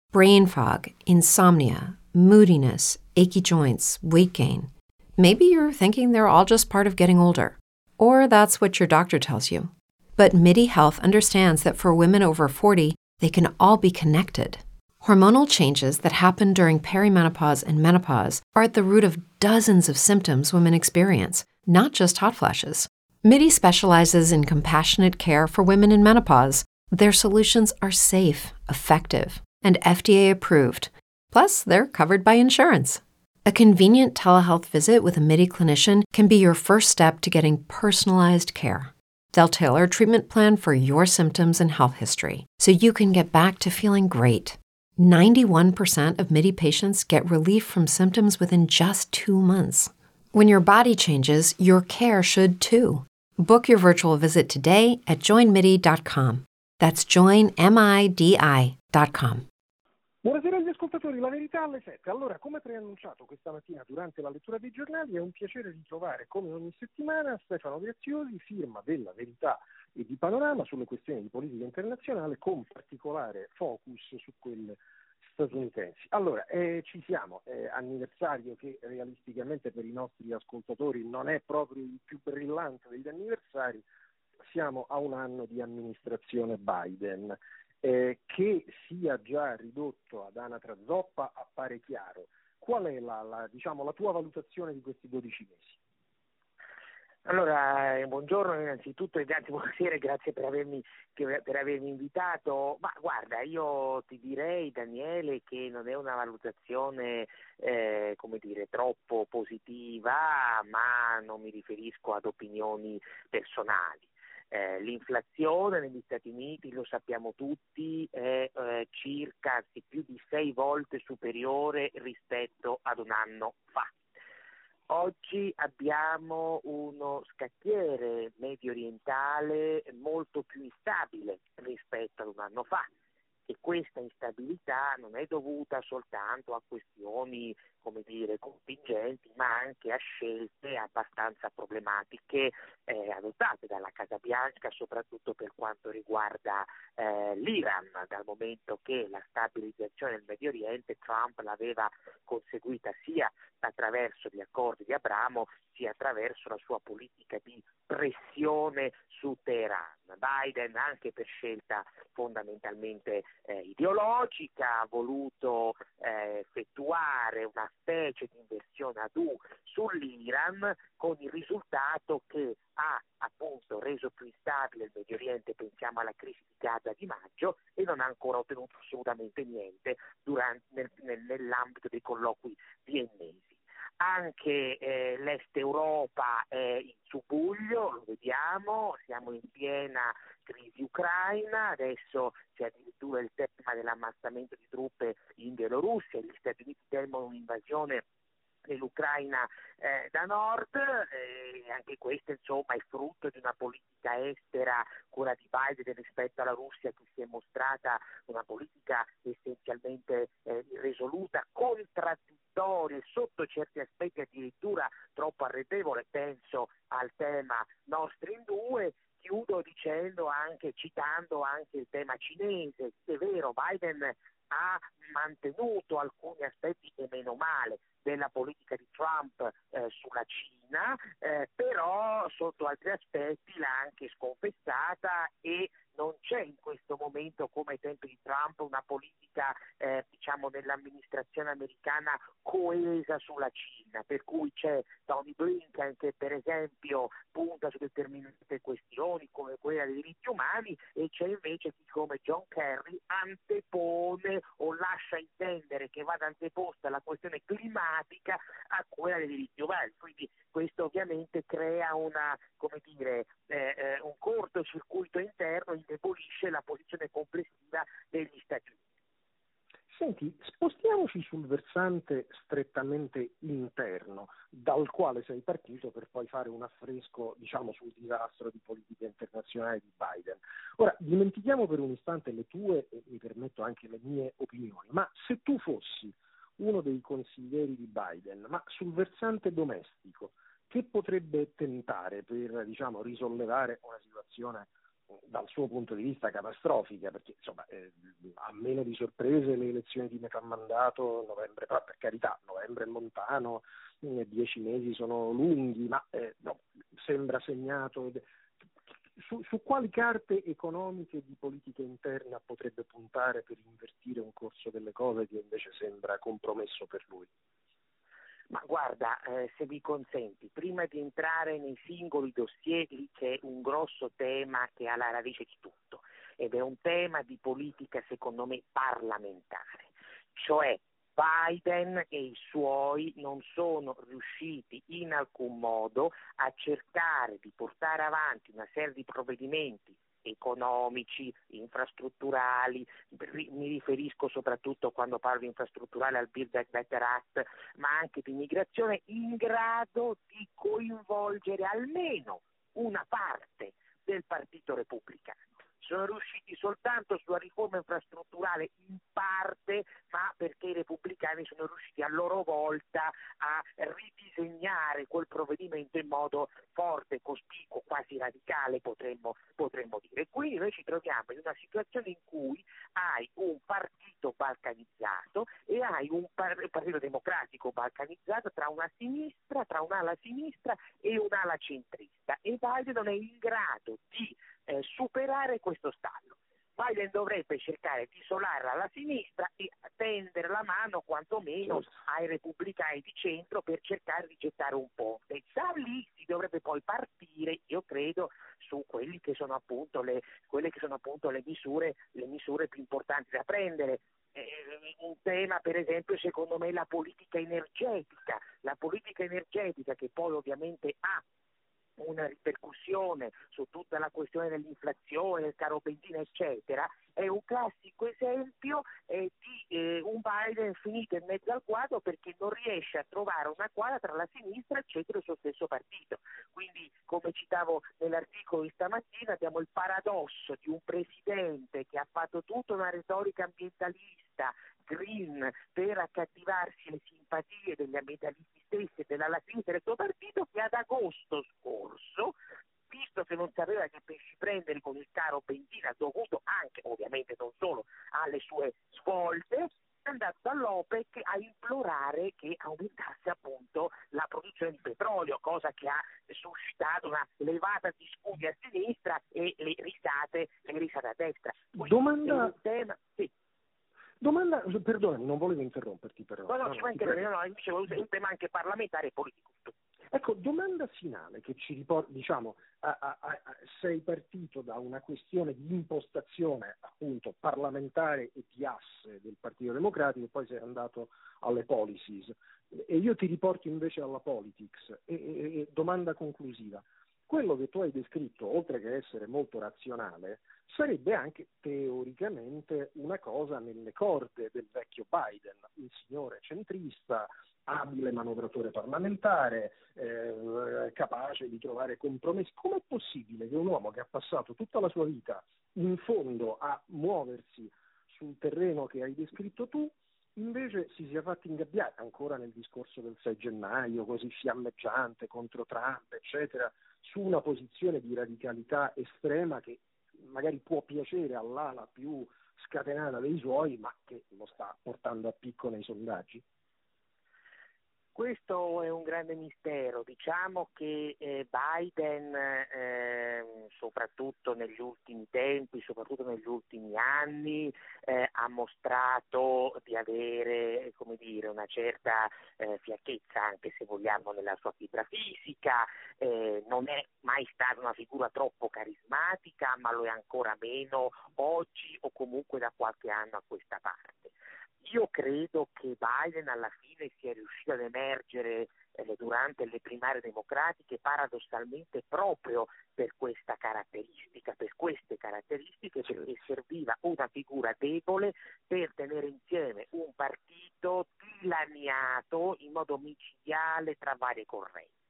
brain fog, insomnia, moodiness, achy joints, weight gain. Maybe you're thinking they're all just part of getting older, or that's what your doctor tells you. But MIDI Health understands that for women over 40, they can all be connected. Hormonal changes that happen during perimenopause and menopause are at the root of dozens of symptoms women experience, not just hot flashes. MIDI specializes in compassionate care for women in menopause. Their solutions are safe, effective, and FDA approved. Plus, they're covered by insurance. A convenient telehealth visit with a MIDI clinician can be your first step to getting personalized care. They'll tailor a treatment plan for your symptoms and health history so you can get back to feeling great. 91% of MIDI patients get relief from symptoms within just 2 months. When your body changes, your care should too. Book your virtual visit today at joinmidi.com. That's joinmidi.com. Buonasera agli ascoltatori, La Verità alle 7. Allora, come preannunciato questa mattina durante la lettura dei giornali, è un piacere ritrovare, come ogni settimana, Stefano Graziosi, firma della Verità e di Panorama sulle questioni di politica internazionale, con particolare focus su quelle statunitensi. Allora, ci siamo, anniversario che realisticamente per i nostri ascoltatori non è proprio il più brillante degli anniversari. Siamo a un anno di amministrazione Biden. Che sia già ridotto ad anatra zoppa appare chiaro. Qual è la tua valutazione di questi 12 mesi? Allora, buongiorno innanzitutto, buonasera e grazie per avermi invitato. Ma guarda, io ti direi, Daniele, che non è una valutazione troppo positiva, ma non mi riferisco ad opinioni personali. L'inflazione negli Stati Uniti, lo sappiamo tutti, è circa più di 6 volte superiore rispetto ad un anno fa. Oggi abbiamo uno scacchiere medio orientale molto più instabile rispetto ad un anno fa. E questa instabilità non è dovuta soltanto a questioni, contingenti, ma anche a scelte abbastanza problematiche adottate dalla Casa Bianca, soprattutto per quanto riguarda l'Iran, dal momento che la stabilizzazione del Medio Oriente Trump l'aveva conseguita sia attraverso gli accordi di Abramo, sia attraverso la sua politica di pressione su Teheran. Biden, anche per scelta fondamentalmente ideologica, ha voluto effettuare una specie di inversione ad U sull'Iran, con il risultato che ha appunto reso più instabile il Medio Oriente. Pensiamo alla crisi di Gaza di maggio, e non ha ancora ottenuto assolutamente niente nell'ambito dei colloqui viennesi. Anche l'Est Europa è in subbuglio, lo vediamo, siamo in piena crisi ucraina, adesso c'è addirittura il tema dell'ammassamento di truppe in Bielorussia, gli Stati Uniti temono un'invasione dell'Ucraina da nord, anche questo insomma è frutto di una politica estera, quella di Biden rispetto alla Russia, che si è mostrata una politica essenzialmente irresoluta, contraddittoria e sotto certi aspetti addirittura troppo arrendevole. Penso al tema Nord Stream 2. Chiudo citando anche il tema cinese. È vero, Biden ha mantenuto alcuni aspetti, e meno male, della politica di Trump sulla Cina, però sotto altri aspetti l'ha anche sconfessata, e non c'è in questo momento, come ai tempi di Trump, una politica nell'amministrazione americana coesa sulla Cina, per cui c'è Tony Blinken che per esempio punta su determinate questioni come quella dei diritti umani, e c'è invece chi come John Kerry antepone o lascia intendere che vada anteposta la questione climatica a quella dei diritti umani. Quindi questo ovviamente crea un cortocircuito interno, indebolisce la posizione complessiva degli Stati Uniti. Senti, spostiamoci sul versante strettamente interno, dal quale sei partito per poi fare un affresco, sul disastro di politica internazionale di Biden. Ora, dimentichiamo per un istante le tue, e mi permetto anche le mie opinioni, ma se tu fossi uno dei consiglieri di Biden, ma sul versante domestico, che potrebbe tentare per, risollevare una situazione dal suo punto di vista catastrofica, perché insomma a meno di sorprese le elezioni di metà mandato, novembre, però per carità, novembre è lontano, 10 mesi sono lunghi, ma no, sembra segnato. Su quali carte economiche di politica interna potrebbe puntare per invertire un corso delle cose che invece sembra compromesso per lui? Ma guarda, se mi consenti, prima di entrare nei singoli dossier, lì c'è un grosso tema che ha la radice di tutto, ed è un tema di politica, secondo me, parlamentare. Cioè, Biden e i suoi non sono riusciti in alcun modo a cercare di portare avanti una serie di provvedimenti economici, infrastrutturali, mi riferisco soprattutto, quando parlo di infrastrutturale, al Build Back Better Act, ma anche di immigrazione, in grado di coinvolgere almeno una parte del Partito Repubblicano. Sono riusciti soltanto sulla riforma infrastrutturale in parte, ma perché i repubblicani sono riusciti a loro volta a ridisegnare quel provvedimento in modo forte, cospicuo, quasi radicale, potremmo dire. Quindi noi ci troviamo in una situazione in cui hai un partito balcanizzato e hai un partito democratico balcanizzato tra una sinistra, tra un'ala sinistra e un'ala centrista, e Biden non è in grado di superare questo stallo. Biden dovrebbe cercare di isolarla alla sinistra e tendere la mano quantomeno ai repubblicani di centro per cercare di gettare un ponte. Da lì si dovrebbe poi partire, io credo, su quelli che sono appunto quelle che sono appunto le misure più importanti da prendere. Un tema, per esempio, secondo me, la politica energetica che poi ovviamente ha una ripercussione su tutta la questione dell'inflazione, del caro benzina, eccetera, è un classico esempio di un Biden finito in mezzo al quadro, perché non riesce a trovare una quadra tra la sinistra e il centro del suo stesso partito. Quindi, come citavo nell'articolo di stamattina, abbiamo il paradosso di un presidente che ha fatto tutta una retorica ambientalista, green, per accattivarsi le simpatie degli ambientalisti stessi e della sinistra del suo partito, che ad agosto scorso, visto che non sapeva che pesci prendere con il caro benzina, dovuto anche, ovviamente non solo, alle sue svolte, è andato dall'OPEC a implorare che aumentasse appunto la produzione di petrolio, cosa che ha suscitato una levata di scudi a sinistra e le risate a destra. Domanda, perdonami, non volevo interromperti però. No, ci mancherebbe, dicevo, è un tema anche parlamentare e politico. Ecco, domanda finale che ci riporta, diciamo, sei partito da una questione di impostazione appunto parlamentare e di asse del Partito Democratico e poi sei andato alle policies e io ti riporto invece alla politics e domanda conclusiva. Quello che tu hai descritto, oltre che essere molto razionale, sarebbe anche teoricamente una cosa nelle corde del vecchio Biden, un signore centrista, abile manovratore parlamentare, capace di trovare compromessi. Com'è possibile che un uomo che ha passato tutta la sua vita in fondo a muoversi sul terreno che hai descritto tu, invece si sia fatto ingabbiare ancora nel discorso del 6 gennaio, così fiammeggiante contro Trump, eccetera, su una posizione di radicalità estrema che magari può piacere all'ala più scatenata dei suoi, ma che lo sta portando a picco nei sondaggi? Questo è un grande mistero. Diciamo che Biden, soprattutto negli ultimi tempi, soprattutto negli ultimi anni, ha mostrato di avere, come dire, una certa fiacchezza, anche se vogliamo, nella sua fibra fisica. Non è mai stata una figura troppo carismatica, ma lo è ancora meno oggi o comunque da qualche anno a questa parte. Io credo che Biden alla fine sia riuscito ad emergere durante le primarie democratiche paradossalmente proprio per queste caratteristiche, perché serviva una figura debole per tenere insieme un partito dilaniato in modo micidiale tra varie correnti.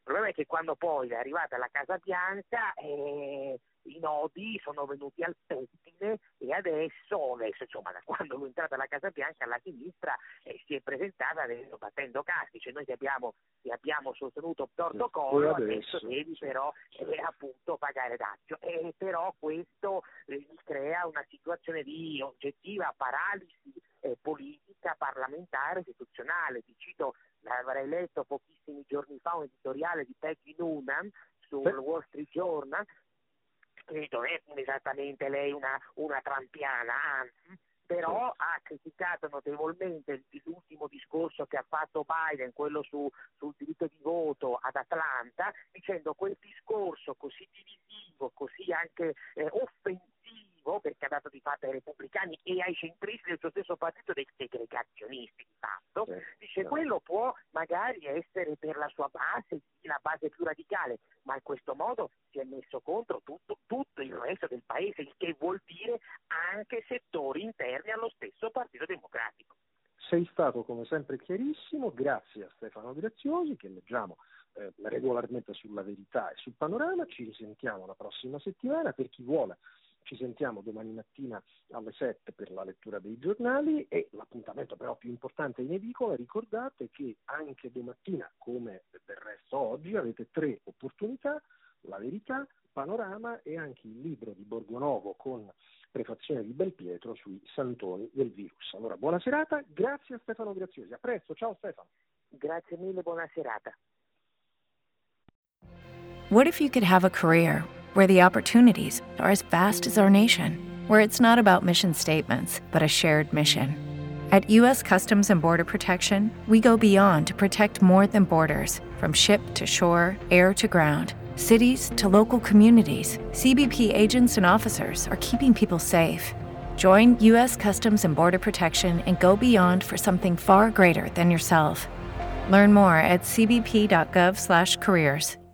problema è che quando poi è arrivata alla Casa Bianca i nodi sono venuti al pettine e adesso insomma, da quando è entrata alla Casa Bianca la sinistra si è presentata adesso battendo casti, cioè noi ti abbiamo sostenuto torto collo, adesso devi però appunto pagare dazio, però questo crea una situazione di oggettiva paralisi politica, parlamentare, istituzionale. Ti cito, avrei letto pochissimi giorni fa un editoriale di Peggy Noonan sul Wall Street Journal, che non è esattamente lei una trampiana, anzi, però ha criticato notevolmente l'ultimo discorso che ha fatto Biden, quello sul diritto di voto ad Atlanta, dicendo quel discorso così divisivo, così anche offensivo, perché ha dato di fatto ai repubblicani e ai centristi del suo stesso partito dei segregazionisti di fatto, dice quello può magari essere per la sua base, la base più radicale, ma in questo modo si è messo contro tutto il resto del paese, il che vuol dire anche settori interni allo stesso Partito Democratico. Sei stato come sempre chiarissimo, grazie a Stefano Graziosi, che leggiamo regolarmente sulla Verità e sul Panorama. Ci risentiamo la prossima settimana. Per chi vuole, ci sentiamo domani mattina alle 7 per la lettura dei giornali, e l'appuntamento però più importante in edicola, ricordate che anche domattina, come del resto oggi, avete 3 opportunità: la Verità, Panorama e anche il libro di Borgonovo con prefazione di Belpietro sui santoni del virus. Allora, buona serata, grazie a Stefano Graziosi. A presto, ciao Stefano. Grazie mille, buona serata. What if you could have a career where the opportunities are as vast as our nation, where it's not about mission statements, but a shared mission? At U.S. Customs and Border Protection, we go beyond to protect more than borders. From ship to shore, air to ground, cities to local communities, CBP agents and officers are keeping people safe. Join U.S. Customs and Border Protection and go beyond for something far greater than yourself. Learn more at cbp.gov/careers.